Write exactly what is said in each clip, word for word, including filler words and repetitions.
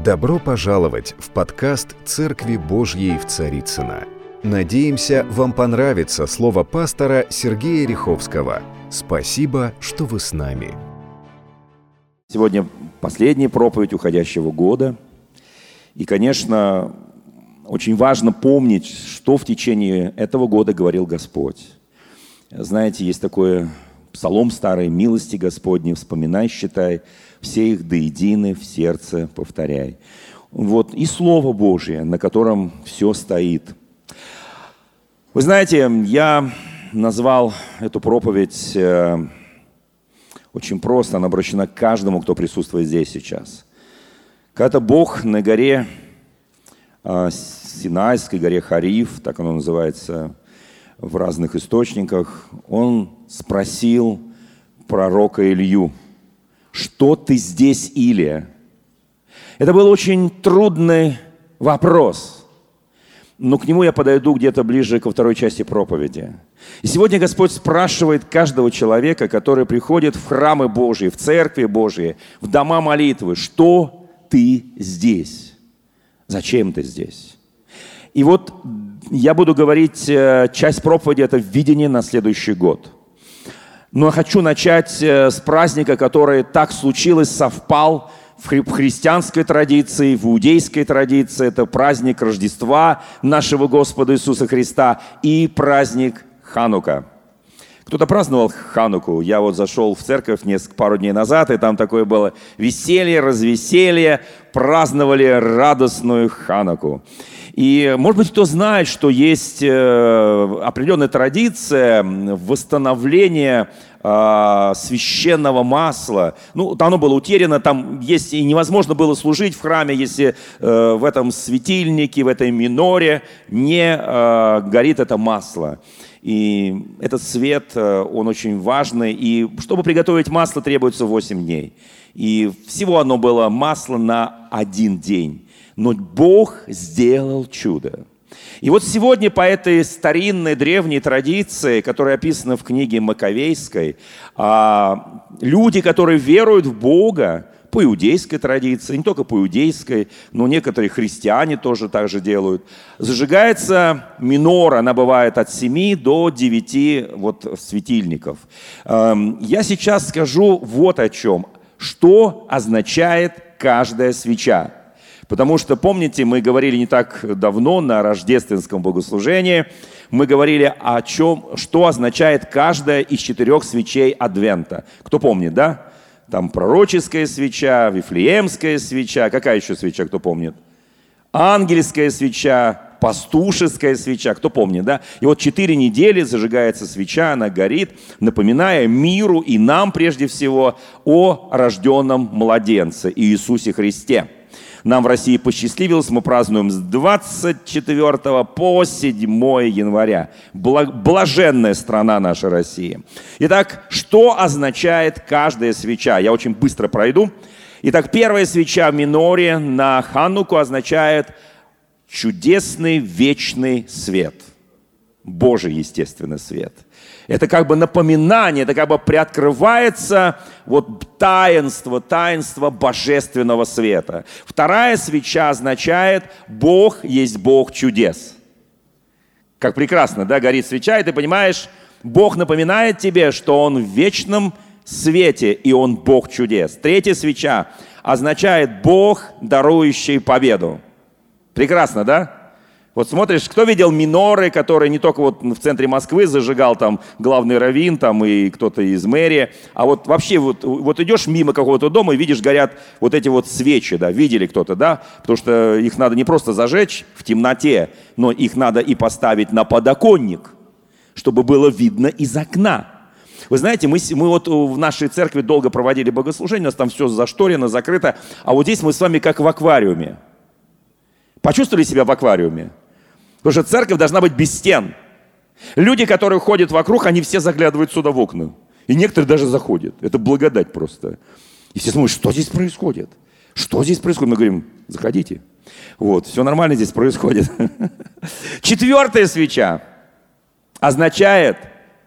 Добро пожаловать в подкаст «Церкви Божьей в Царицыно». Надеемся, вам понравится слово пастора Сергея Риховского. Спасибо, что вы с нами. Сегодня последняя проповедь уходящего года. И, конечно, очень важно помнить, что в течение этого года говорил Господь. Знаете, есть такой псалом старый: «Милости Господни, вспоминай, считай, все их до едины в сердце повторяй». Вот, и Слово Божие, на котором все стоит. Вы знаете, я назвал эту проповедь э, очень просто, она обращена к каждому, кто присутствует здесь сейчас. Когда Бог на горе э, Синайской, горе Хариф, так оно называется в разных источниках, Он спросил пророка Илью: «Что ты здесь, Илия?» Это был очень трудный вопрос, но к нему я подойду где-то ближе ко второй части проповеди. И сегодня Господь спрашивает каждого человека, который приходит в храмы Божьи, в церкви Божьи, в дома молитвы: «Что ты здесь? Зачем ты здесь?» И вот я буду говорить, часть проповеди – это видение на следующий год. Но хочу начать с праздника, который так случилось, совпал в христианской традиции, в иудейской традиции. Это праздник Рождества нашего Господа Иисуса Христа и праздник Ханука. Кто-то праздновал Хануку. Я вот зашел в церковь несколько, пару дней назад, и там такое было веселье, развеселье, праздновали радостную Хануку. И, может быть, кто знает, что есть определенная традиция восстановления священного масла. Ну, оно было утеряно, там есть, и невозможно было служить в храме, если в этом светильнике, в этой миноре не горит это масло. И этот свет, он очень важный. И чтобы приготовить масло, требуется восемь дней. И всего оно было масло на один день. Но Бог сделал чудо. И вот сегодня по этой старинной древней традиции, которая описана в книге Маковейской, люди, которые веруют в Бога, по иудейской традиции, не только по иудейской, но некоторые христиане тоже так же делают, зажигается минора, она бывает от семи до девяти вот, светильников. Я сейчас скажу вот о чем. Что означает каждая свеча? Потому что, помните, мы говорили не так давно на рождественском богослужении, мы говорили о чем, что означает каждая из четырех свечей Адвента. Кто помнит, да? Там пророческая свеча, вифлеемская свеча, какая еще свеча, кто помнит? Ангельская свеча, пастушеская свеча, кто помнит, да? И вот четыре недели зажигается свеча, она горит, напоминая миру и нам прежде всего о рожденном младенце Иисусе Христе. Нам в России посчастливилось, мы празднуем с двадцать четвёртого по седьмое января. Блаженная страна наша Россия. Итак, что означает каждая свеча? Я очень быстро пройду. Итак, первая свеча в миноре на Хануку означает чудесный вечный свет. Божий, естественно, свет. Это как бы напоминание, это как бы приоткрывается вот таинство, таинство божественного света. Вторая свеча означает: Бог есть Бог чудес. Как прекрасно, да, горит свеча, и ты понимаешь, Бог напоминает тебе, что Он в вечном свете, и Он Бог чудес. Третья свеча означает: Бог, дарующий победу. Прекрасно, да? Вот смотришь, кто видел миноры, которые не только вот в центре Москвы зажигал там главный раввин там и кто-то из мэрии, а вот вообще вот, вот идешь мимо какого-то дома и видишь, горят вот эти вот свечи, да, видели кто-то, да, потому что их надо не просто зажечь в темноте, но их надо и поставить на подоконник, чтобы было видно из окна. Вы знаете, мы, мы вот в нашей церкви долго проводили богослужение, у нас там все зашторено, закрыто, а вот здесь мы с вами как в аквариуме. Почувствовали себя в аквариуме? Потому что церковь должна быть без стен. Люди, которые ходят вокруг, они все заглядывают сюда в окна. И некоторые даже заходят. Это благодать просто. И все смотрят, что здесь происходит? Что здесь происходит? Мы говорим: заходите. Вот, все нормально здесь происходит. Четвертая свеча означает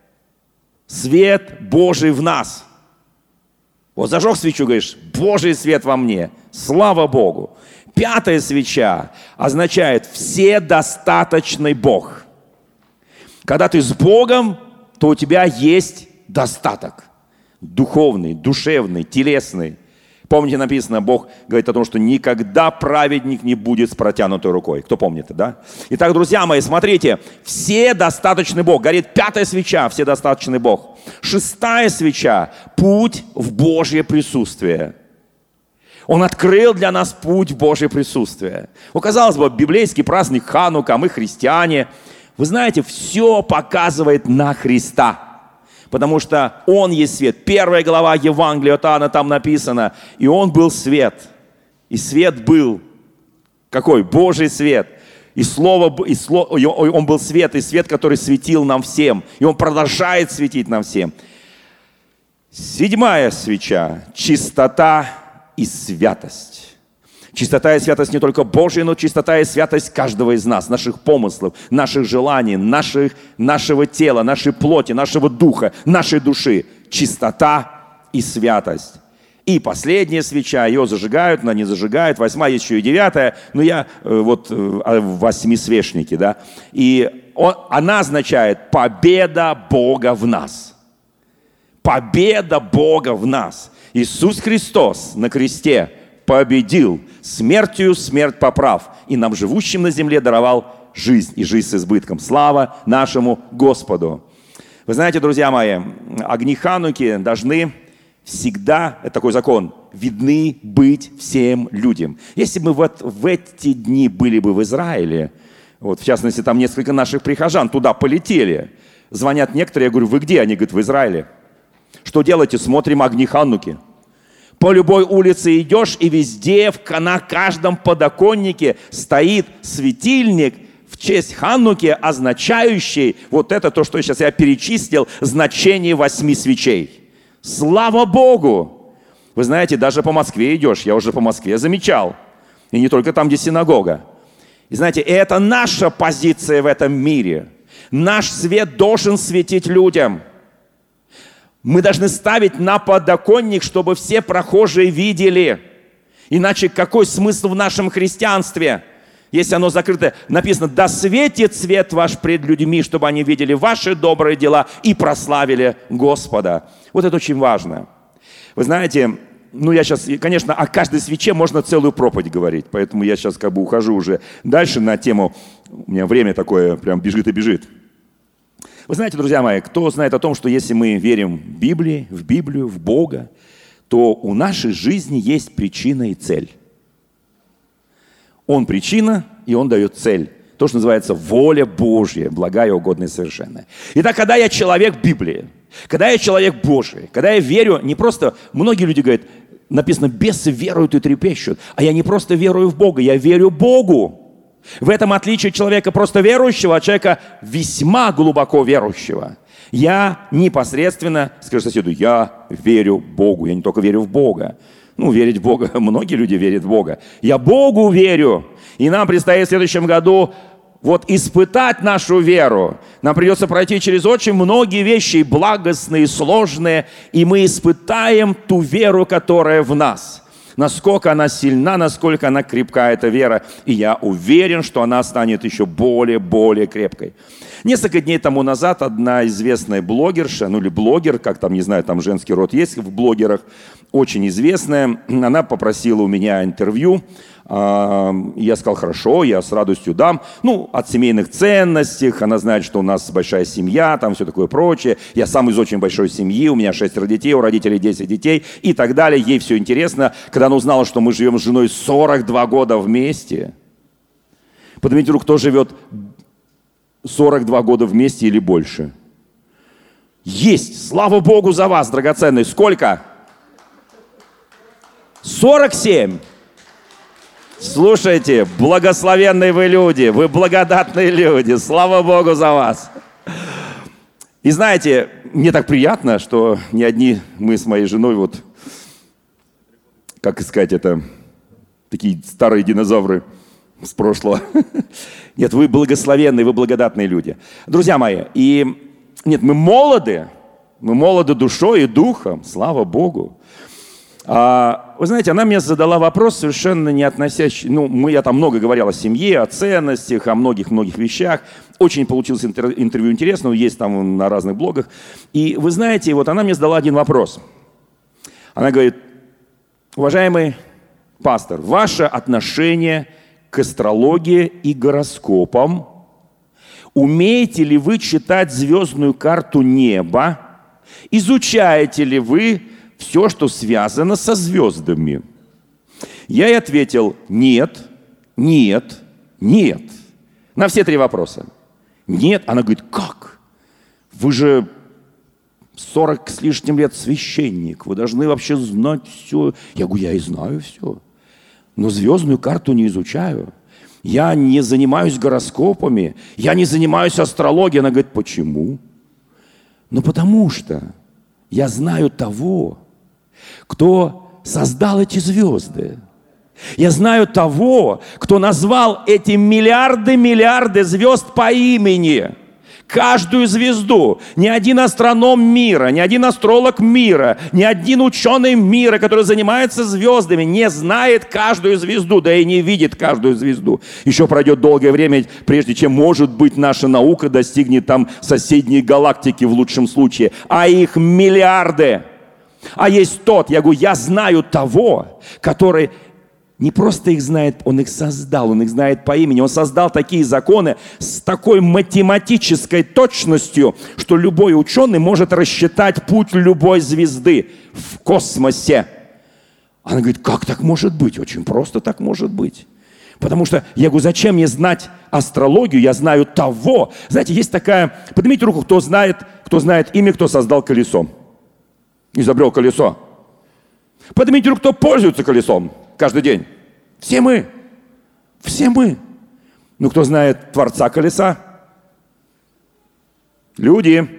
свет Божий в нас. Вот зажег свечу, говоришь: Божий свет во мне. Слава Богу. Пятая свеча означает «вседостаточный Бог». Когда ты с Богом, то у тебя есть достаток. Духовный, душевный, телесный. Помните, написано, Бог говорит о том, что никогда праведник не будет с протянутой рукой. Кто помнит, да? Итак, друзья мои, смотрите, вседостаточный Бог. Горит пятая свеча, вседостаточный Бог. Шестая свеча, путь в Божье присутствие. Он открыл для нас путь в Божье присутствие. Ну, казалось бы, библейский праздник Ханука, мы христиане. Вы знаете, все показывает на Христа. Потому что Он есть свет. Первая глава Евангелия от Иоанна там написано. И Он был свет. И свет был какой? Божий свет. И слово, и слово, Он был свет, и свет, который светил нам всем. И Он продолжает светить нам всем. Седьмая свеча. Чистота и святость. Чистота и святость не только Божья, но чистота и святость каждого из нас, наших помыслов, наших желаний, наших, нашего тела, нашей плоти, нашего духа, нашей души. Чистота и святость. И последняя свеча, ее зажигают, но не зажигают. Восьмая, есть еще и девятая, но я вот в восьмисвечнике, да. И он, она означает победа Бога в нас. Победа Бога в нас. Иисус Христос на кресте победил смертью смерть поправ, и нам, живущим на земле, даровал жизнь, и жизнь с избытком. Слава нашему Господу! Вы знаете, друзья мои, огни Хануки должны всегда, это такой закон, видны быть всем людям. Если мы вот в эти дни были бы в Израиле, вот, в частности, там несколько наших прихожан туда полетели, звонят некоторые, я говорю, вы где? Они говорят, в Израиле. Что делаете? Смотрим огни Хануки. По любой улице идешь, и везде, на каждом подоконнике стоит светильник в честь Хануки, означающий вот это, то, что сейчас я перечислил, значение восьми свечей. Слава Богу! Вы знаете, даже по Москве идешь, я уже по Москве замечал. И не только там, где синагога. И знаете, это наша позиция в этом мире. Наш свет должен светить людям. Мы должны ставить на подоконник, чтобы все прохожие видели. Иначе какой смысл в нашем христианстве, если оно закрыто? Написано, да светит свет ваш пред людьми, чтобы они видели ваши добрые дела и прославили Господа. Вот это очень важно. Вы знаете, ну я сейчас, конечно, о каждой свече можно целую проповедь говорить, поэтому я сейчас как бы ухожу уже дальше на тему, у меня время такое прям бежит и бежит. Вы знаете, друзья мои, кто знает о том, что если мы верим в Библию, в Библию, в Бога, то у нашей жизни есть причина и цель. Он причина, и Он дает цель. То, что называется воля Божья, благая, угодная, совершенная. Итак, когда я человек Библии, когда я человек Божий, когда я верю, не просто, многие люди говорят, написано, бесы веруют и трепещут, а я не просто верую в Бога, я верю Богу. В этом отличие человека просто верующего от человека весьма глубоко верующего. Я непосредственно скажу соседу, я верю Богу. Я не только верю в Бога. Ну, верить в Бога, многие люди верят в Бога. Я Богу верю. И нам предстоит в следующем году вот испытать нашу веру. Нам придется пройти через очень многие вещи, благостные, сложные, и мы испытаем ту веру, которая в нас. Насколько она сильна, насколько она крепка, эта вера. И я уверен, что она станет еще более-более крепкой. Несколько дней тому назад одна известная блогерша, ну или блогер, как там, не знаю, там женский род есть в блогерах, очень известная, она попросила у меня интервью. Я сказал, хорошо, я с радостью дам. Ну, от семейных ценностей, она знает, что у нас большая семья, там все такое прочее. Я сам из очень большой семьи, у меня шестеро детей, у родителей десять детей и так далее. Ей все интересно. Когда она узнала, что мы живем с женой сорок два года вместе. Поднимите руку, кто живет сорок два года вместе или больше? Есть! Слава Богу за вас, драгоценный. Сколько? сорок семь. Слушайте, благословенные вы люди, вы благодатные люди, слава Богу за вас. И знаете, мне так приятно, что не одни мы с моей женой, вот, как сказать это, такие старые динозавры с прошлого. Нет, вы благословенные, вы благодатные люди. Друзья мои, и нет, мы молоды, мы молоды душой и духом, слава Богу. А вы знаете, она мне задала вопрос, совершенно не относящий... Ну, мы, я там много говорил о семье, о ценностях, о многих-многих вещах. Очень получилось интер, интервью интересного, есть там на разных блогах. И вы знаете, вот она мне задала один вопрос. Она говорит: уважаемый пастор, ваше отношение к астрологии и гороскопам. Умеете ли вы читать звездную карту неба? Изучаете ли вы все, что связано со звездами? Я ей ответил: нет, нет, нет. На все три вопроса. Нет. Она говорит: как? Вы же сорок с лишним лет священник. Вы должны вообще знать все. Я говорю: я и знаю все. Но звездную карту не изучаю. Я не занимаюсь гороскопами. Я не занимаюсь астрологией. Она говорит: почему? Ну, потому что я знаю того, кто создал эти звезды. Я знаю того, кто назвал эти миллиарды-миллиарды звезд по имени. Каждую звезду. Ни один астроном мира, ни один астролог мира, ни один ученый мира, который занимается звездами, не знает каждую звезду, да и не видит каждую звезду. Еще пройдет долгое время, прежде чем, может быть, наша наука достигнет там соседней галактики в лучшем случае. А их миллиарды. А есть тот, я говорю, я знаю того, который... Не просто их знает, он их создал, он их знает по имени. Он создал такие законы с такой математической точностью, что любой ученый может рассчитать путь любой звезды в космосе. Она говорит: как так может быть? Очень просто так может быть. Потому что, я говорю, зачем мне знать астрологию? Я знаю того. Знаете, есть такая... Поднимите руку, кто знает, кто знает имя, кто создал колесо. Изобрел колесо. Поднимите руку, кто пользуется колесом каждый день. Все мы. Все мы. Ну, кто знает Творца колеса? Люди.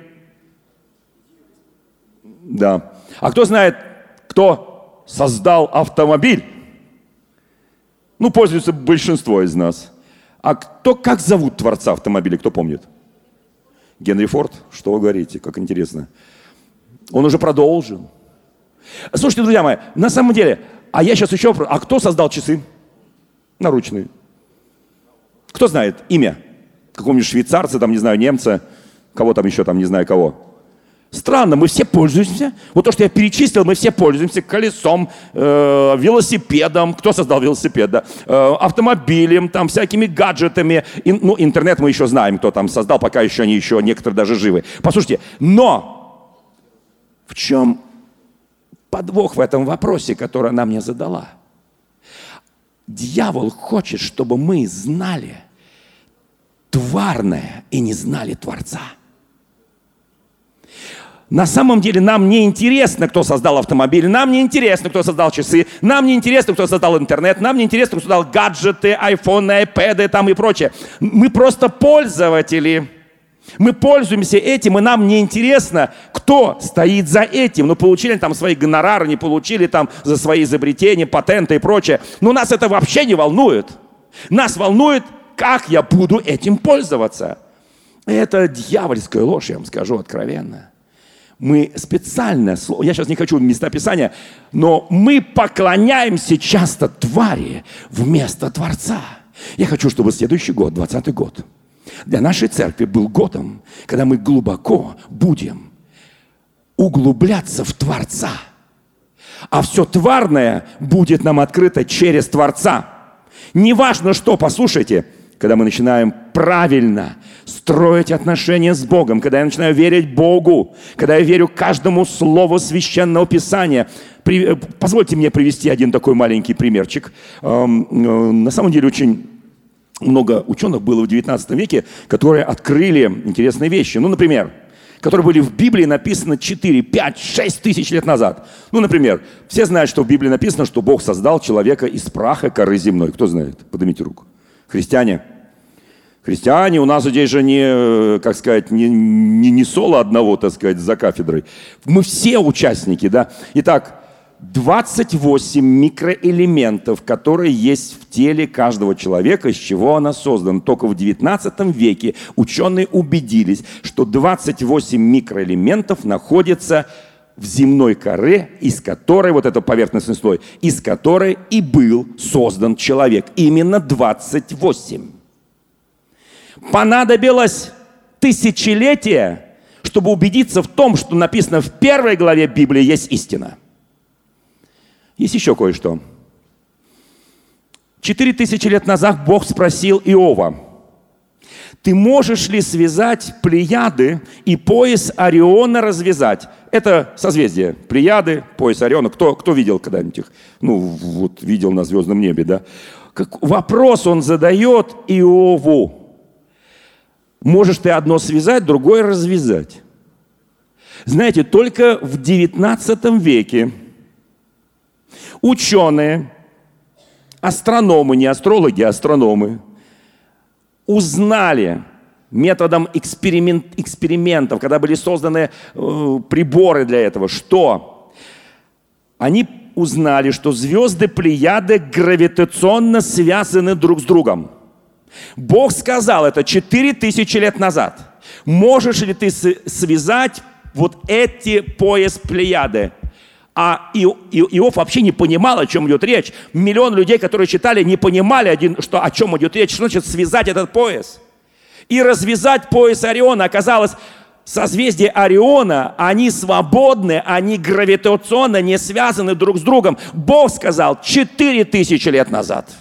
Да. А кто знает, кто создал автомобиль? Ну, пользуется большинство из нас. А кто, как зовут Творца автомобиля, кто помнит? Генри Форд? Что вы говорите? Как интересно. Он уже продолжил. Слушайте, друзья мои, на самом деле... А я сейчас еще... А кто создал часы? Наручные. Кто знает имя? Какого-нибудь швейцарца, там, не знаю, немца, кого там еще, там, не знаю кого. Странно, мы все пользуемся. Вот то, что я перечислил, мы все пользуемся колесом, э, велосипедом. Кто создал велосипед? Да? Э, автомобилем, там, всякими гаджетами. И, ну, интернет мы еще знаем, кто там создал, пока еще они еще, некоторые даже живы. Послушайте, но в чем... подвох в этом вопросе, который она мне задала. Дьявол хочет, чтобы мы знали тварное и не знали Творца. На самом деле нам не интересно, кто создал автомобиль, нам не интересно, кто создал часы, нам не интересно, кто создал интернет, нам не интересно, кто создал гаджеты, айфоны, айпэды там и прочее. Мы просто пользователи. Мы пользуемся этим, и нам не интересно, кто стоит за этим. Ну, получили там свои гонорары, не получили там за свои изобретения, патенты и прочее. Но нас это вообще не волнует. Нас волнует, как я буду этим пользоваться. Это дьявольская ложь, я вам скажу откровенно. Мы специально, я сейчас не хочу местописания, но мы поклоняемся часто твари вместо Творца. Я хочу, чтобы следующий год, двадцатый год, для нашей церкви был годом, когда мы глубоко будем углубляться в Творца. А все тварное будет нам открыто через Творца. Неважно что, послушайте, когда мы начинаем правильно строить отношения с Богом, когда я начинаю верить Богу, когда я верю каждому слову Священного Писания. При, позвольте мне привести один такой маленький примерчик. Эм, на самом деле очень... Много ученых было в девятнадцатом веке, которые открыли интересные вещи. Ну, например, которые были в Библии написаны четыре, пять, шесть тысяч лет назад. Ну, например, все знают, что в Библии написано, что Бог создал человека из праха коры земной. Кто знает? Поднимите руку. Христиане. Христиане, у нас здесь же не, как сказать, не, не, не соло одного, так сказать, за кафедрой. Мы все участники, да. Итак, двадцать восемь микроэлементов, которые есть в теле каждого человека, из чего она создана. Только в девятнадцатом веке ученые убедились, что двадцать восемь микроэлементов находятся в земной коре, из которой, вот это поверхностный слой, из которой и был создан человек. Именно двадцать восемь. Понадобилось тысячелетие, чтобы убедиться в том, что написано в первой главе Библии есть истина. Есть еще кое-что. Четыре тысячи лет назад Бог спросил Иова: ты можешь ли связать Плеяды и пояс Ориона развязать? Это созвездие. Плеяды, пояс Ориона. Кто, кто видел когда-нибудь их? Ну, вот видел на звездном небе, да? Как, вопрос он задает Иову. Можешь ты одно связать, другое развязать. Знаете, только в девятнадцатом веке ученые, астрономы, не астрологи, а астрономы, узнали методом эксперимент, экспериментов, когда были созданы э, приборы для этого, что они узнали, что звезды Плеяды гравитационно связаны друг с другом. Бог сказал это четыре тысячи лет назад. Можешь ли ты связать вот эти пояс Плеяды? А Иов, Иов вообще не понимал, о чем идет речь. Миллион людей, которые читали, не понимали, один, что, о чем идет речь. Что значит связать этот пояс? И развязать пояс Ориона. Оказалось, созвездие Ориона, они свободны, они гравитационно не связаны друг с другом. Бог сказал четыре тысячи лет назад.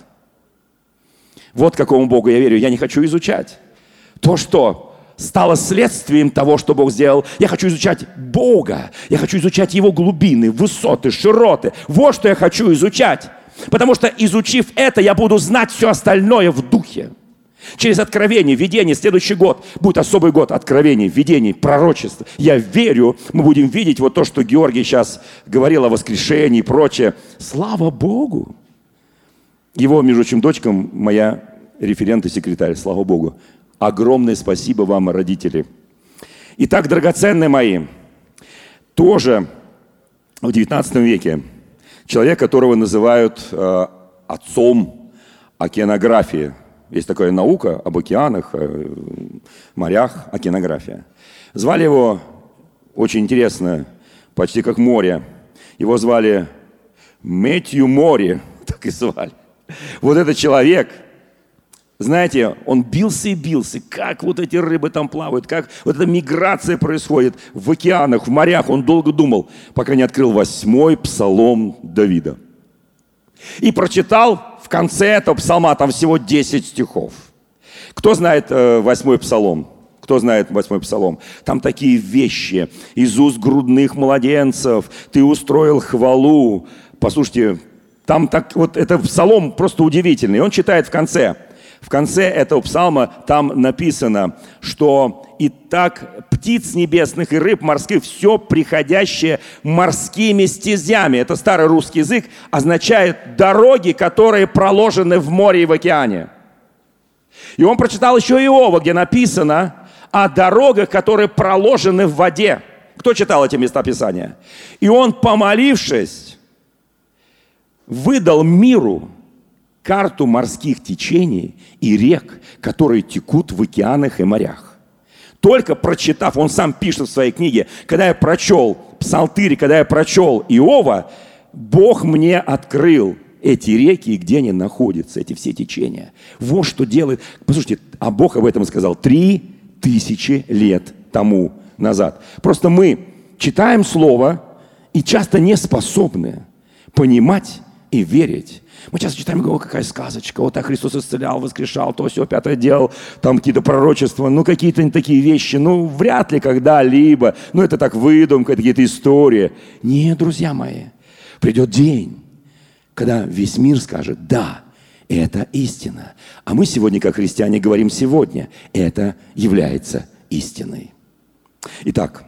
Вот какому Богу я верю. Я не хочу изучать то, что стало следствием того, что Бог сделал. Я хочу изучать Бога. Я хочу изучать Его глубины, высоты, широты. Вот что я хочу изучать. Потому что, изучив это, я буду знать все остальное в духе. Через откровение, видение, следующий год будет особый год откровений, видений, пророчеств. Я верю, мы будем видеть вот то, что Георгий сейчас говорил о воскрешении и прочее. Слава Богу! Его, между прочим, дочка моя референт и секретарь, слава Богу. Огромное спасибо вам, родители. Итак, драгоценные мои, тоже в девятнадцатом веке человек, которого называют э, отцом океанографии. Есть такая наука об океанах, э, морях, океанография. Звали его, очень интересно, почти как море. Его звали Мэтью Мори, так и звали. Вот этот человек, знаете, он бился и бился, как вот эти рыбы там плавают, как вот эта миграция происходит в океанах, в морях. Он долго думал, пока не открыл восьмой псалом Давида. И прочитал в конце этого псалма, там всего десять стихов. Кто знает э, восьмой псалом? Кто знает восьмой псалом? Там такие вещи. Из уст грудных младенцев ты устроил хвалу. Послушайте, там так, вот это псалом просто удивительный. Он читает в конце. В конце этого псалма там написано, что «И так птиц небесных и рыб морских, все приходящее морскими стезями». Это старый русский язык, означает «дороги, которые проложены в море и в океане». И он прочитал еще Иова, где написано о дорогах, которые проложены в воде. Кто читал эти места Писания? И он, помолившись, выдал миру карту морских течений и рек, которые текут в океанах и морях. Только прочитав, он сам пишет в своей книге, когда я прочел Псалтырь, когда я прочел Иова, Бог мне открыл эти реки и где они находятся, эти все течения. Вот что делает. Послушайте, а Бог об этом сказал три тысячи лет тому назад. Просто мы читаем Слово и часто не способны понимать и верить. Мы часто читаем, о, какая сказочка, вот так Христос исцелял, воскрешал, то все, пятое делал, там какие-то пророчества, ну какие-то такие вещи, ну вряд ли когда-либо, ну это так выдумка, это какие-то истории. Нет, друзья мои, придет день, когда весь мир скажет, да, это истина. А мы сегодня, как христиане, говорим сегодня, это является истиной. Итак,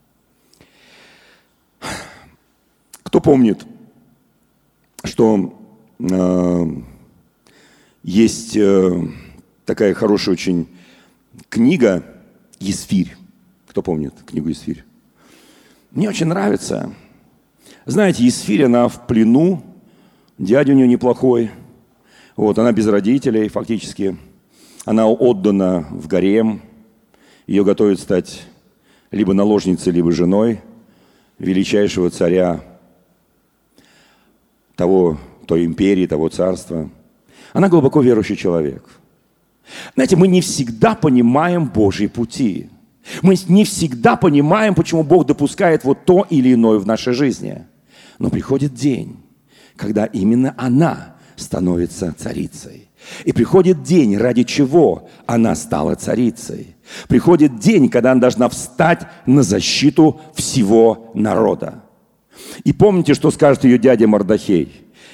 кто помнит, что э, есть э, такая хорошая очень книга «Есфирь». Кто помнит книгу «Есфирь»? Мне очень нравится. Знаете, Есфирь, она в плену, дядя у нее неплохой. Вот, она без родителей фактически. Она отдана в гарем. Ее готовят стать либо наложницей, либо женой. величайшего царя того, той империи, того царства. Она глубоко верующий человек. Знаете, мы не всегда понимаем Божьи пути. Мы не всегда понимаем, почему Бог допускает вот то или иное в нашей жизни. Но приходит день, когда именно она становится царицей. И приходит день, ради чего она стала царицей. Приходит день, когда она должна встать на защиту всего народа. И помните, что скажет ее дядя Мордохей?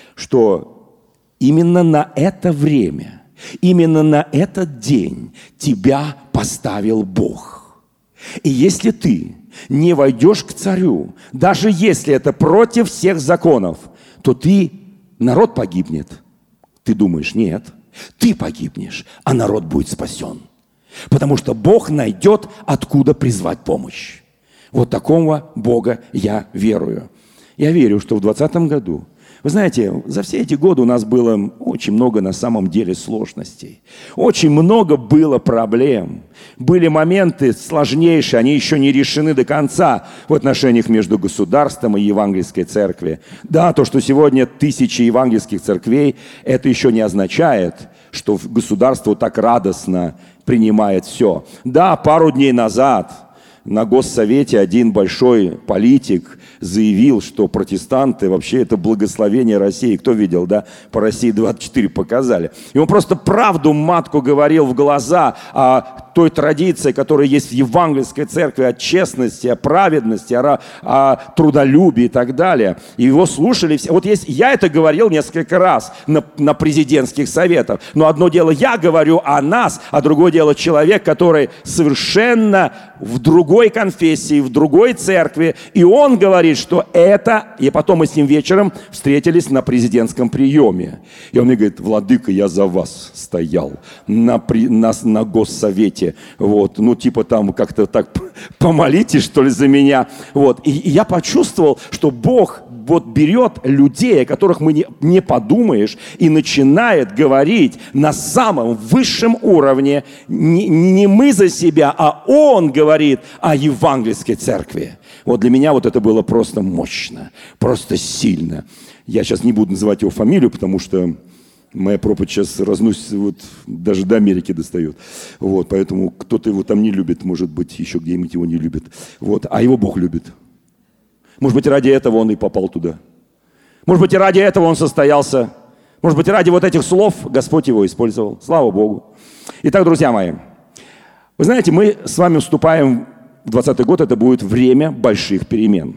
Что именно на это время, именно на этот день тебя поставил Бог. И если ты не войдешь к царю, даже если это против всех законов, то ты, народ погибнет. Ты думаешь, нет, ты погибнешь, а народ будет спасен. Потому что Бог найдет, откуда призвать помощь. Вот такого Бога я верую. Я верю, что в двадцатом году, вы знаете, за все эти годы у нас было очень много на самом деле сложностей. Очень много было проблем. Были моменты сложнейшие, они еще не решены до конца в отношениях между государством и евангельской церковью. Да, то, что сегодня тысячи евангельских церквей, это еще не означает, что государство так радостно принимает все. Да, пару дней назад на Госсовете один большой политик заявил, что протестанты вообще это благословение России. Кто видел, да? По России двадцать четыре показали. И он просто правду матку говорил в глаза о той традиции, которая есть в евангельской церкви, о честности, о праведности, о, о трудолюбии и так далее. И его слушали все. Вот есть, я это говорил несколько раз на, на президентских советах. Но одно дело я говорю о нас, а другое дело человек, который совершенно в другой конфессии, в другой церкви. И он говорит, что это... И потом мы с ним вечером встретились на президентском приеме. И он мне говорит: владыка, я за вас стоял на, при, на, на Госсовете. Вот, ну, типа там как-то так помолитесь, что ли, за меня. Вот. И, и я почувствовал, что Бог вот берет людей, о которых мы не, не подумаешь, и начинает говорить на самом высшем уровне. Не, не мы за себя, а Он говорит о евангельской церкви. Вот для меня вот это было просто мощно, просто сильно. Я сейчас не буду называть его фамилию, потому что моя проповедь сейчас разносится, вот, даже до Америки достает. Вот, поэтому кто-то его там не любит, может быть, еще где-нибудь его не любит. Вот, а его Бог любит. Может быть, ради этого он и попал туда. Может быть, и ради этого он состоялся. Может быть, и ради вот этих слов Господь его использовал. Слава Богу. Итак, друзья мои, вы знаете, мы с вами вступаем в двадцатый год, это будет время больших перемен.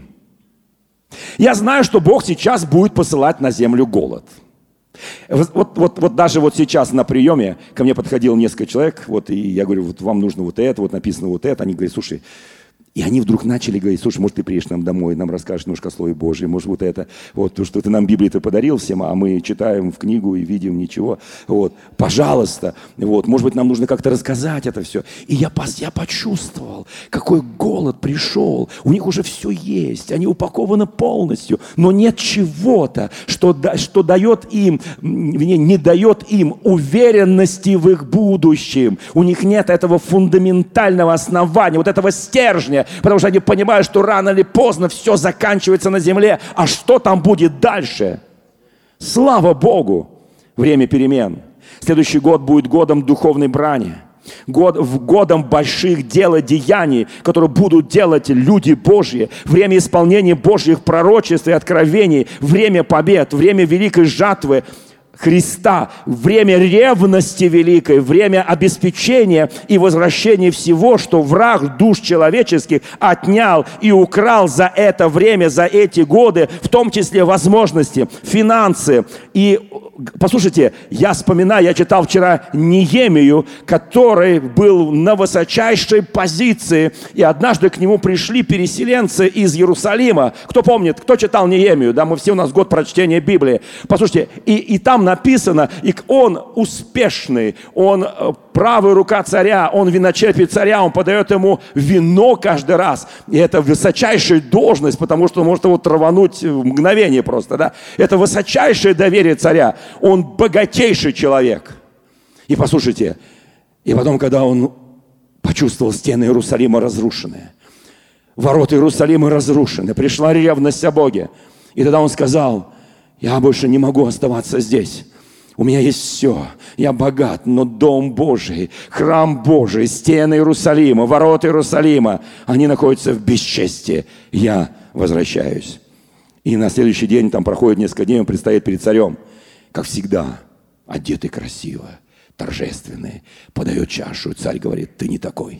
Я знаю, что Бог сейчас будет посылать на землю голод. Вот, вот, вот даже вот сейчас на приеме ко мне подходил несколько человек, вот, и я говорю: вот вам нужно вот это, вот написано вот это. Они говорят: слушай, и они вдруг начали говорить: слушай, может, ты приедешь нам домой, нам расскажешь немножко о Слове Божьем, может, вот это, вот, то, что ты нам Библию-то подарил всем, а мы читаем в книгу и видим ничего, вот, пожалуйста, вот, может быть, нам нужно как-то рассказать это все. И я, я почувствовал, какой голод пришел, у них уже все есть, они упакованы полностью, но нет чего-то, что, что дает им, не, не дает им уверенности в их будущем, у них нет этого фундаментального основания, вот этого стержня, потому что они понимают, что рано или поздно все заканчивается на земле. А что там будет дальше? Слава Богу! Время перемен. Следующий год будет годом духовной брани. Год, годом больших дел и деяний, которые будут делать люди Божьи. Время исполнения Божьих пророчеств и откровений. Время побед. Время великой жатвы Христа, время ревности великой, время обеспечения и возвращения всего, что враг душ человеческих отнял и украл за это время, за эти годы, в том числе возможности, финансы. И послушайте, я вспоминаю, я читал вчера Неемию, который был на высочайшей позиции, и однажды к нему пришли переселенцы из Иерусалима. Кто помнит, кто читал Неемию? Да, мы все, у нас год прочтения Библии. Послушайте, и, и там написано, и он успешный, он правая рука царя, он виночерпий царя, он подает ему вино каждый раз. И это высочайшая должность, потому что он может его травануть в мгновение просто, да. Это высочайшее доверие царя. Он богатейший человек. И послушайте, и потом, когда он почувствовал стены Иерусалима разрушенные, ворота Иерусалима разрушены, пришла ревность о Боге. И тогда он сказал: я больше не могу оставаться здесь. У меня есть все, я богат, но Дом Божий, храм Божий, стены Иерусалима, ворота Иерусалима, они находятся в бесчестии. Я возвращаюсь. И на следующий день, там проходит несколько дней, он предстоит перед царем, как всегда, одетый красиво, торжественный, подает чашу, и царь говорит: ты не такой.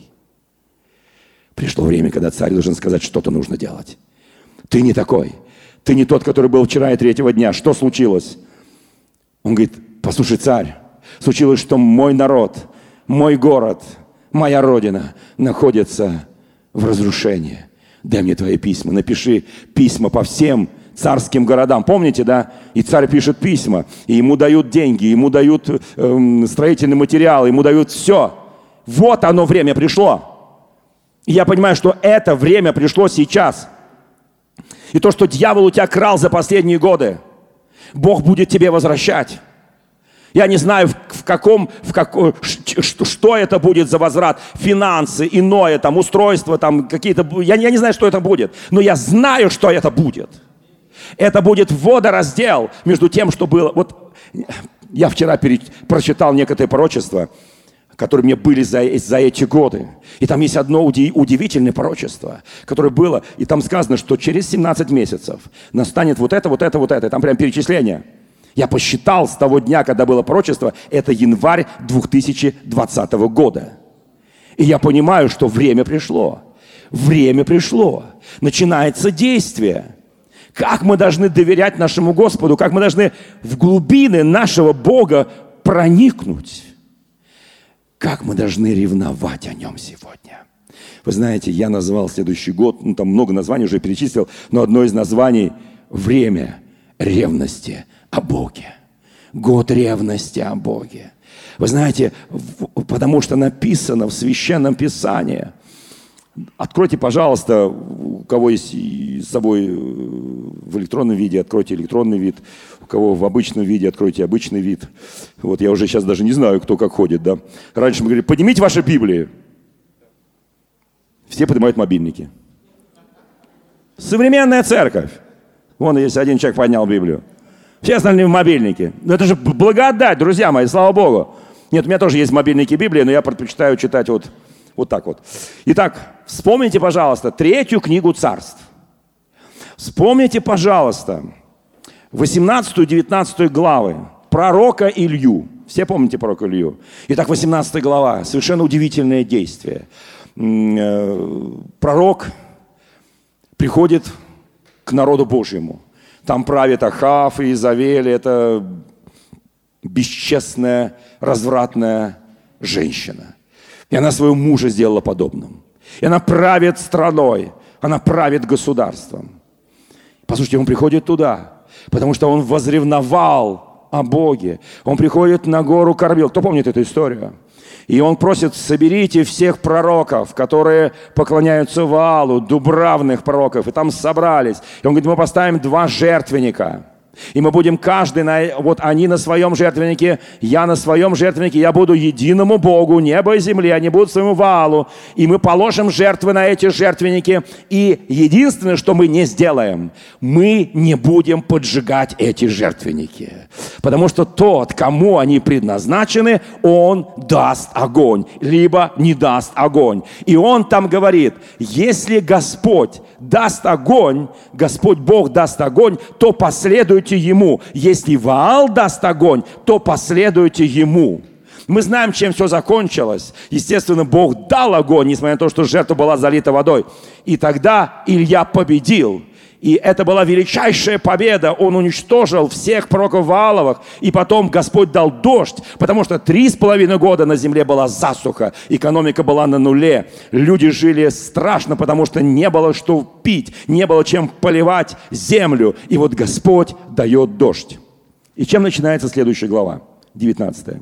Пришло время, когда царь должен сказать, что-то нужно делать. Ты не такой. Ты не тот, который был вчера и третьего дня. Что случилось? Он говорит: послушай, царь, случилось, что мой народ, мой город, моя родина находится в разрушении. Дай мне твои письма, напиши письма по всем царским городам. Помните, да? И царь пишет письма, и ему дают деньги, ему дают эм, строительный материал, ему дают все. Вот оно время пришло. И я понимаю, что это время пришло сейчас. И то, что дьявол у тебя крал за последние годы, Бог будет тебе возвращать. Я не знаю, в, в каком, в каком, что, что это будет за возврат. Финансы, иное, там, устройство, там, какие-то... Я, я не знаю, что это будет. Но я знаю, что это будет. Это будет водораздел между тем, что было. Вот я вчера перед, прочитал некоторые пророчества, которые мне были за, за эти годы. И там есть одно уди, удивительное пророчество, которое было, и там сказано, что через семнадцать месяцев настанет вот это, вот это, вот это. И там прям перечисление. Я посчитал с того дня, когда было пророчество, это январь две тысячи двадцатого года. И я понимаю, что время пришло. Время пришло. Начинается действие. Как мы должны доверять нашему Господу, как мы должны в глубины нашего Бога проникнуть. Как мы должны ревновать о Нем сегодня. Вы знаете, я назвал следующий год, ну там много названий уже перечислил, но одно из названий – время ревности о Боге. Год ревности о Боге. Вы знаете, потому что написано в Священном Писании. Откройте, пожалуйста, у кого есть с собой в электронном виде, откройте электронный вид. У кого в обычном виде, откройте обычный вид. Вот я уже сейчас даже не знаю, кто как ходит, да. Раньше мы говорили: поднимите ваши Библии. Все поднимают мобильники. Современная церковь. Вон есть один человек поднял Библию. Все остальные в мобильнике. Но это же благодать, друзья мои, слава Богу. Нет, у меня тоже есть мобильники Библии, но я предпочитаю читать вот, вот так вот. Итак, вспомните, пожалуйста, третью книгу Царств. Вспомните, пожалуйста, восемнадцатую-девятнадцатую главы пророка Илью. Все помните пророка Илью? Итак, восемнадцатая глава. Совершенно удивительное действие. Пророк приходит к народу Божьему. Там правит Ахав и Иезавель. Это бесчестная, развратная женщина. И она своего мужа сделала подобным. И она правит страной. Она правит государством. Послушайте, он приходит туда, потому что он возревновал о Боге. Он приходит на гору Кармел. Кто помнит эту историю? И он просит: соберите всех пророков, которые поклоняются Ваалу, дубравных пророков. И там собрались. И он говорит: мы поставим два жертвенника. И мы будем каждый, на, вот они на своем жертвеннике, я на своем жертвеннике, я буду единому Богу, небо и земли, они будут своему Ваалу. И мы положим жертвы на эти жертвенники. И единственное, что мы не сделаем, мы не будем поджигать эти жертвенники. Потому что тот, кому они предназначены, он даст огонь, либо не даст огонь. И он там говорит: если Господь даст огонь, Господь Бог даст огонь, то последуйте Ему. Если Ваал даст огонь, то последуйте Ему. Мы знаем, чем все закончилось. Естественно, Бог дал огонь, несмотря на то, что жертва была залита водой. И тогда Илья победил. И это была величайшая победа. Он уничтожил всех пророков Вааловых. И потом Господь дал дождь, потому что три с половиной года на земле была засуха. Экономика была на нуле. Люди жили страшно, потому что не было что пить, не было чем поливать землю. И вот Господь дает дождь. И чем начинается следующая глава? девятнадцатая.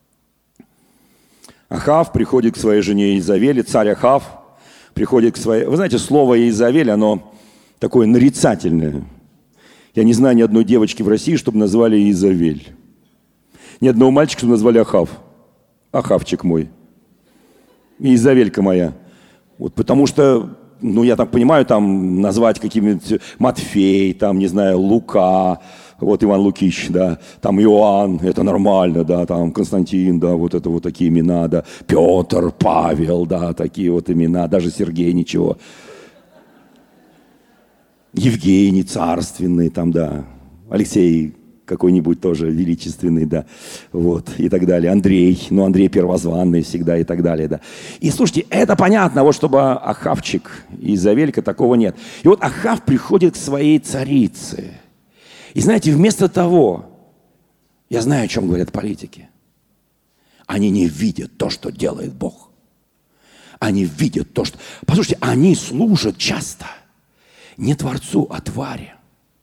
Ахав приходит к своей жене Иезавели. Царь Ахав приходит к своей... Вы знаете, слово Иезавель, оно... такое нарицательное. Я не знаю ни одной девочки в России, чтобы назвали Иезавель. Ни одного мальчика, чтобы назвали Ахав. Ахавчик мой. Иезавелька моя. Вот потому что ну, я так понимаю, там назвать какими-нибудь Матфей, там, не знаю, Лука, вот Иван Лукич, да, там Иоанн, это нормально, да, там Константин, да, вот это вот такие имена, да, Петр, Павел, да, такие вот имена, даже Сергей, ничего. Евгений царственный, там, да, Алексей какой-нибудь тоже величественный, да, вот, и так далее. Андрей, ну, Андрей первозванный всегда и так далее, да. И слушайте, это понятно, вот чтобы Ахавчик и Изавелька, такого нет. И вот Ахав приходит к своей царице. И знаете, вместо того, я знаю, о чем говорят политики, они не видят то, что делает Бог. Они видят то, что... Послушайте, они служат часто не Творцу, а твари.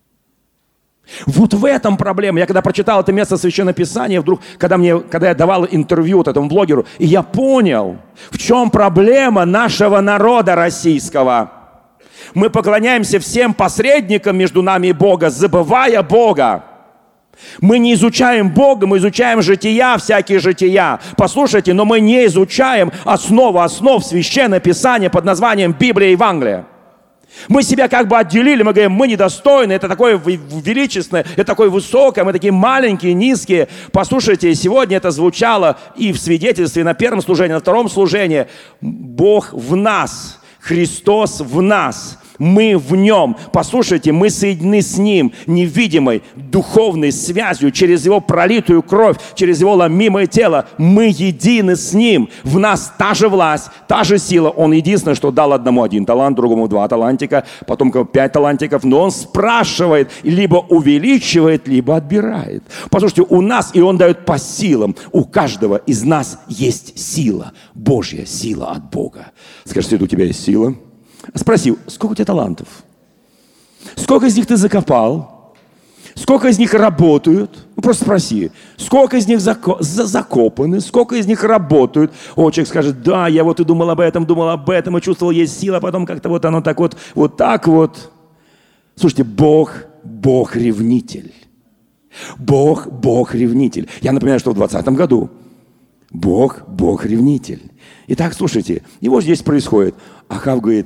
Вот в этом проблема. Я когда прочитал это место Священного Писания, вдруг, когда, мне, когда я давал интервью вот этому блогеру, и я понял, в чем проблема нашего народа российского. Мы поклоняемся всем посредникам между нами и Богом, забывая Бога. Мы не изучаем Бога, мы изучаем жития, всякие жития. Послушайте, но мы не изучаем основу основ Священного Писания под названием Библия и Евангелие. Мы себя как бы отделили, мы говорим, мы недостойны, это такое величественное, это такое высокое, мы такие маленькие, низкие. Послушайте, сегодня это звучало и в свидетельстве на первом служении, на втором служении. Бог в нас, Христос в нас. Мы в Нем. Послушайте, мы соединены с Ним невидимой духовной связью через Его пролитую кровь, через Его ломимое тело. Мы едины с Ним. В нас та же власть, та же сила. Он единственное, что дал одному один талант, другому два талантика, потом пять талантиков. Но Он спрашивает, либо увеличивает, либо отбирает. Послушайте, у нас, и Он дает по силам. У каждого из нас есть сила. Божья сила от Бога. Скажите, у тебя есть сила? Спроси, сколько у тебя талантов? Сколько из них ты закопал? Сколько из них работают? Ну, просто спроси. Сколько из них зако- закопаны? Сколько из них работают? О, человек скажет, да, я вот и думал об этом, думал об этом, и чувствовал, есть сила, а потом как-то вот оно так вот, вот так вот. Слушайте, Бог, Бог ревнитель. Бог, Бог ревнитель. Я напоминаю, что в двадцатом году Бог, Бог ревнитель. Итак, слушайте, и вот здесь происходит. Ахав говорит,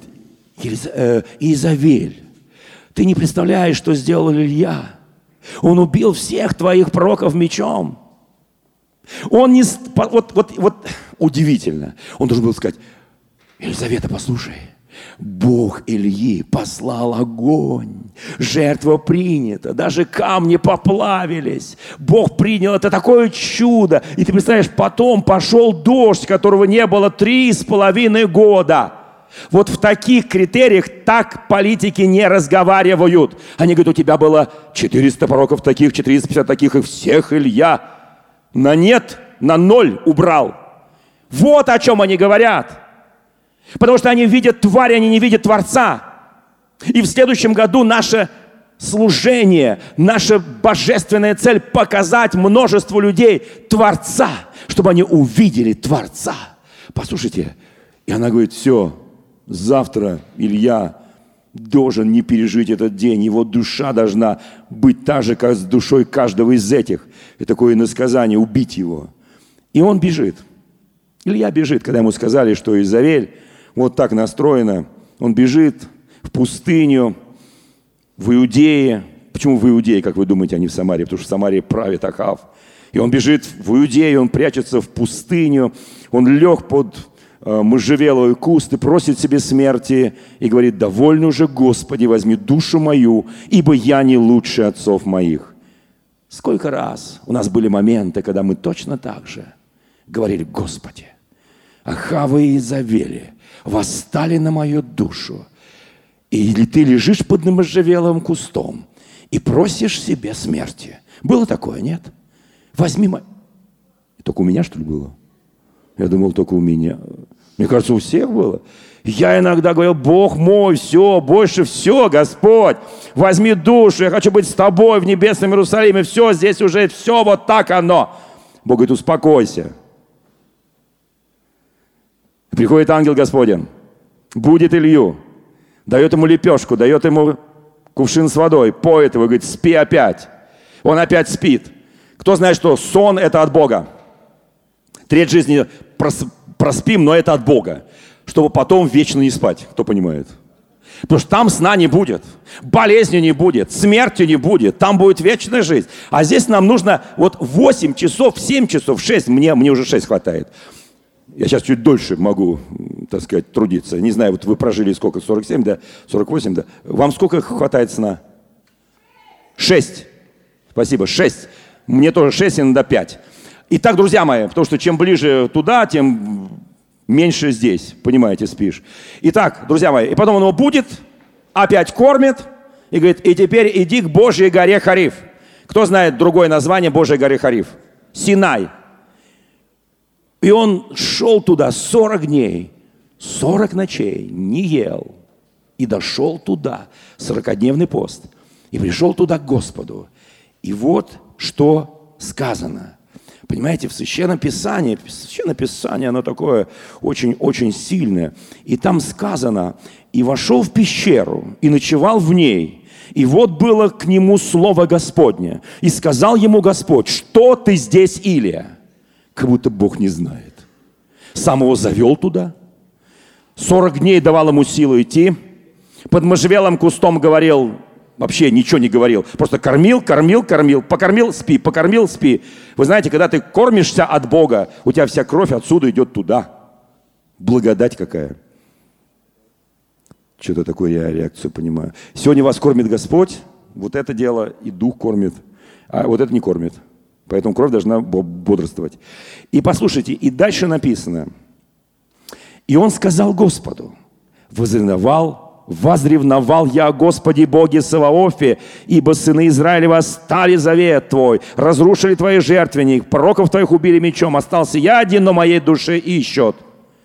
Изавель, ты не представляешь, что сделал Илья. Он убил всех твоих пророков мечом. Он не... Вот, вот, вот удивительно. Он должен был сказать, Елизавета, послушай, Бог Ильи послал огонь, жертва принята, даже камни поплавились. Бог принял, это такое чудо. И ты представляешь, потом пошел дождь, которого не было три с половиной года. Вот в таких критериях так политики не разговаривают. Они говорят, у тебя было четыреста пророков таких, четыреста пятьдесят таких, и всех Илья на нет, на ноль убрал. Вот о чем они говорят. Потому что они видят тварь, они не видят Творца. И в следующем году наше служение, наша божественная цель – показать множеству людей Творца, чтобы они увидели Творца. Послушайте, и она говорит, все, завтра Илья должен не пережить этот день. Его душа должна быть та же, как с душой каждого из этих. И такое иносказание – убить его. И он бежит. Илья бежит, когда ему сказали, что Изавель вот так настроена. Он бежит в пустыню, в Иудее. Почему в Иудее, как вы думаете, а не в Самаре? Потому что в Самаре правит Ахав. И он бежит в Иудею, он прячется в пустыню. Он лег под э, можжевеловый куст и просит себе смерти. И говорит, довольно уже, Господи, возьми душу мою, ибо я не лучше отцов моих. Сколько раз у нас были моменты, когда мы точно так же говорили, Господи, Ахава и Изавели восстали на мою душу. И ты лежишь под можжевеловым кустом и просишь себе смерти. Было такое, нет? Возьми мой... Только у меня, что ли, было? Я думал, только у меня. Мне кажется, у всех было. Я иногда говорил, Бог мой, все, больше все, Господь, возьми душу, я хочу быть с тобой в небесном Иерусалиме. Все, здесь уже все, вот так оно. Бог говорит, успокойся. Приходит ангел Господень, будет Илью, дает ему лепешку, дает ему кувшин с водой, поет его, говорит, спи опять. Он опять спит. Кто знает, что сон – это от Бога. Треть жизни прос, проспим, но это от Бога. Чтобы потом вечно не спать. Кто понимает? Потому что там сна не будет, болезни не будет, смерти не будет, там будет вечная жизнь. А здесь нам нужно вот восемь часов, семь часов, шесть, мне, мне уже шесть хватает. Я сейчас чуть дольше могу, так сказать, трудиться. Не знаю, вот вы прожили сколько, сорок семь, да, сорок восемь, да. Вам сколько хватает сна? шесть. Спасибо, шесть. Мне тоже шесть, иногда пять. Итак, друзья мои, потому что чем ближе туда, тем меньше здесь, понимаете, спишь. Итак, друзья мои, и потом он его будет, опять кормит, и говорит, и теперь иди к Божьей горе Хариф. Кто знает другое название Божьей горы Хариф? Синай. И он шел туда сорок дней, сорок ночей, не ел. И дошел туда, сорокадневный пост. И пришел туда к Господу. И вот что сказано. Понимаете, в Священном Писании, Священное Писание, оно такое очень-очень сильное. И там сказано, и вошел в пещеру, и ночевал в ней. И вот было к нему слово Господне. И сказал ему Господь, что ты здесь, Илия? Как будто Бог не знает. Сам его завел туда. Сорок дней давал ему силу идти. Под можжевелым кустом говорил, вообще ничего не говорил. Просто кормил, кормил, кормил. Покормил, спи, покормил, спи. Вы знаете, когда ты кормишься от Бога, у тебя вся кровь отсюда идет туда. Благодать какая. Что-то такое я реакцию понимаю. Сегодня вас кормит Господь. Вот это дело и дух кормит. А вот это не кормит. Поэтому кровь должна бодрствовать. И послушайте, и дальше написано. И он сказал Господу, возревновал, возревновал я о Господе Боге Саваофе, ибо сыны Израилева стали завет твой, разрушили твои жертвенник, пророков твоих убили мечом, остался я один, но моей душе ищет.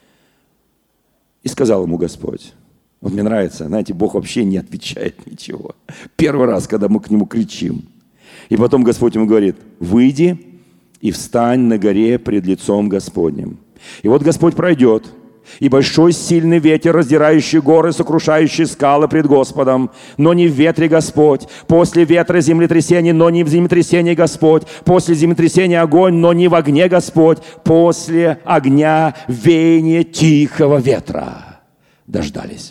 И сказал ему Господь. Вот мне нравится, знаете, Бог вообще не отвечает ничего. Первый раз, когда мы к нему кричим. И потом Господь ему говорит, выйди и встань на горе пред лицом Господним. И вот Господь пройдет, и большой сильный ветер, раздирающий горы, сокрушающий скалы пред Господом, но не в ветре Господь. После ветра землетрясение, но не в землетрясении Господь. После землетрясения огонь, но не в огне Господь. После огня веяние тихого ветра. Дождались.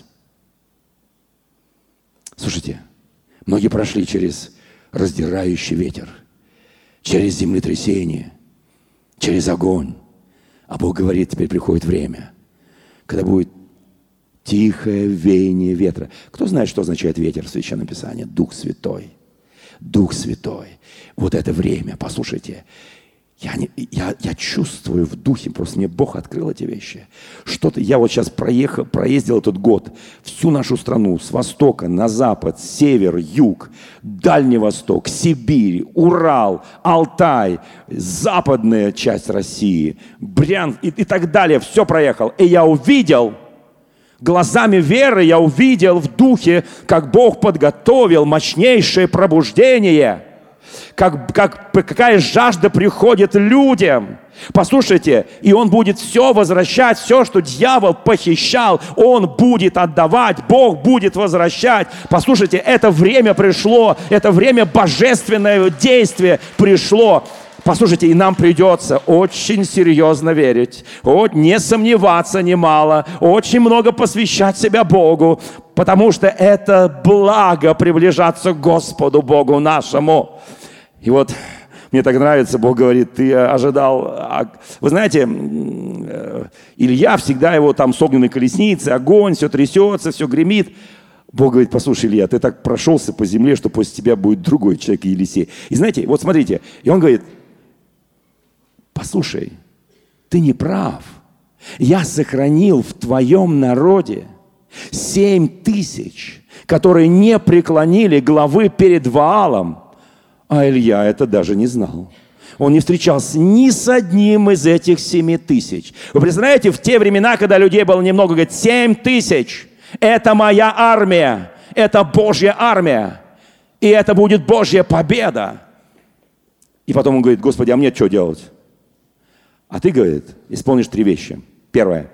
Слушайте, многие прошли через раздирающий ветер, через землетрясение, через огонь. А Бог говорит, теперь приходит время, когда будет тихое веяние ветра. Кто знает, что означает ветер в Священном Писании? Дух Святой. Дух Святой. Вот это время, послушайте, я, не, я, я чувствую в духе, просто мне Бог открыл эти вещи. Что-то, я вот сейчас проехал, проездил этот год всю нашу страну, с востока на запад, север, юг, Дальний Восток, Сибирь, Урал, Алтай, западная часть России, Брянск и, и так далее. Все проехал. И я увидел, глазами веры я увидел в духе, как Бог подготовил мощнейшее пробуждение. Как, как, какая жажда приходит людям. Послушайте, и он будет все возвращать, все, что дьявол похищал, он будет отдавать, Бог будет возвращать. Послушайте, это время пришло, это время божественное действие пришло. Послушайте, и нам придется очень серьезно верить, вот, не сомневаться немало, очень много посвящать себя Богу, потому что это благо приближаться к Господу Богу нашему. И вот мне так нравится, Бог говорит, ты ожидал... Вы знаете, Илья всегда его там с огненной колесницей, огонь, все трясется, все гремит. Бог говорит, послушай, Илья, ты так прошелся по земле, что после тебя будет другой человек, Елисей. И знаете, вот смотрите, и он говорит, послушай, ты не прав. Я сохранил в твоем народе семь тысяч, которые не преклонили главы перед Ваалом. А Илья это даже не знал. Он не встречался ни с одним из этих семи тысяч. Вы представляете, в те времена, когда людей было немного, говорит, семь тысяч. Это моя армия. Это Божья армия. И это будет Божья победа. И потом он говорит, Господи, а мне что делать? А ты, говорит, исполнишь три вещи. Первое.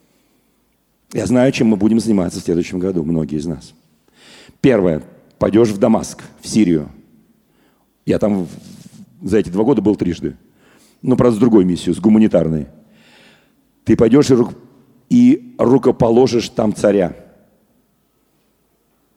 Я знаю, чем мы будем заниматься в следующем году, многие из нас. Первое. Пойдешь в Дамаск, в Сирию. Я там за эти два года был трижды. Ну, правда, с другой миссией, с гуманитарной. Ты пойдешь и, ру... и рукоположишь там царя.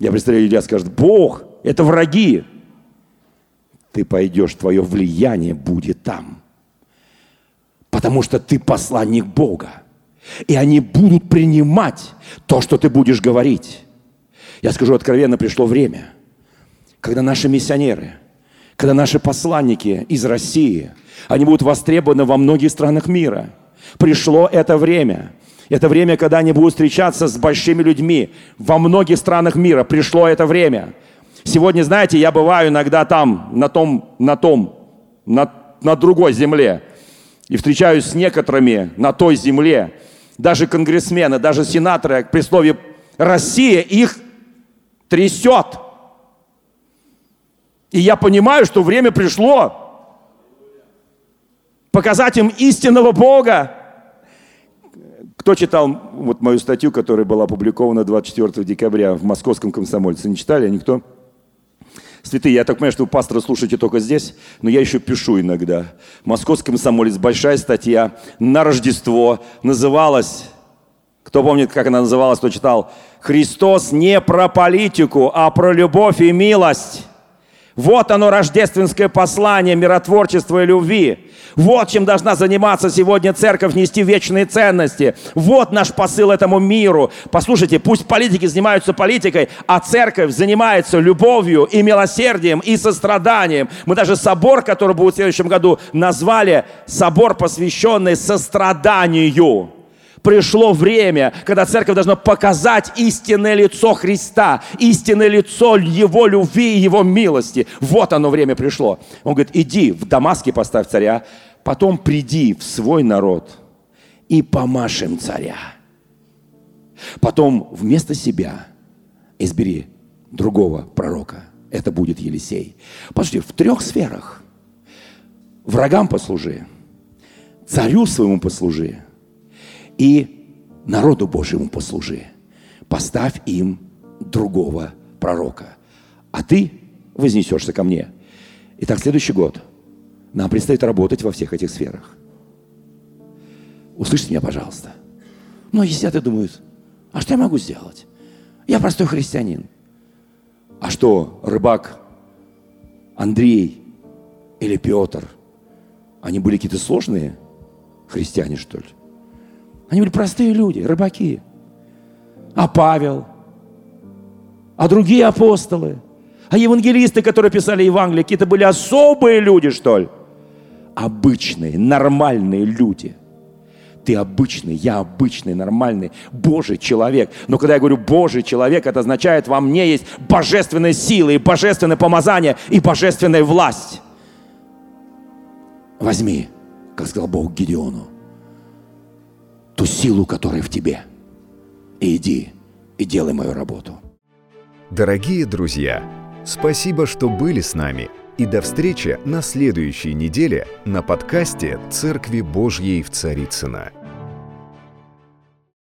Я представляю, Илья скажет: Бог, это враги. Ты пойдешь, твое влияние будет там. Потому что ты посланник Бога. И они будут принимать то, что ты будешь говорить. Я скажу откровенно, пришло время, когда наши миссионеры, когда наши посланники из России, они будут востребованы во многих странах мира. Пришло это время. Это время, когда они будут встречаться с большими людьми во многих странах мира. Пришло это время. Сегодня, знаете, я бываю иногда там, на том, на том, на, на другой земле. И встречаюсь с некоторыми на той земле. Даже конгрессмены, даже сенаторы, при слове «Россия» их трясет. И я понимаю, что время пришло показать им истинного Бога. Кто читал вот мою статью, которая была опубликована двадцать четвёртого декабря в Московском комсомольце? Не читали? Никто? Святые, я так понимаю, что вы пастора слушаете только здесь, но я еще пишу иногда. Московский комсомолец, большая статья на Рождество, называлась, кто помнит, как она называлась, кто читал, «Христос не про политику, а про любовь и милость». Вот оно, рождественское послание миротворчества и любви. Вот чем должна заниматься сегодня церковь, нести вечные ценности. Вот наш посыл этому миру. Послушайте, пусть политики занимаются политикой, а церковь занимается любовью и милосердием и состраданием. Мы даже собор, который будет в следующем году, назвали собор, посвященный состраданию. Пришло время, когда церковь должна показать истинное лицо Христа, истинное лицо Его любви и Его милости. Вот оно время пришло. Он говорит: иди в Дамаске поставь царя, потом приди в свой народ и помажь им царя. Потом вместо себя избери другого пророка. Это будет Елисей. Послушайте, в трех сферах. Врагам послужи, царю своему послужи, и народу Божьему послужи. Поставь им другого пророка. А ты вознесешься ко мне. Итак, следующий год нам предстоит работать во всех этих сферах. Услышьте меня, пожалуйста. Многие сидят и думают: а что я могу сделать? Я простой христианин. А что, рыбак Андрей или Петр, они были какие-то сложные христиане, что ли? Они были простые люди, рыбаки. А Павел? А другие апостолы? А евангелисты, которые писали Евангелие, какие-то были особые люди, что ли? Обычные, нормальные люди. Ты обычный, я обычный, нормальный, Божий человек. Но когда я говорю Божий человек, это означает, во мне есть божественная сила, и божественное помазание, и божественная власть. Возьми, как сказал Бог Гедеону, ту силу, которая в тебе, и иди, и делай мою работу. Дорогие друзья, спасибо, что были с нами. И до встречи на следующей неделе на подкасте «Церкви Божьей в Царицыно».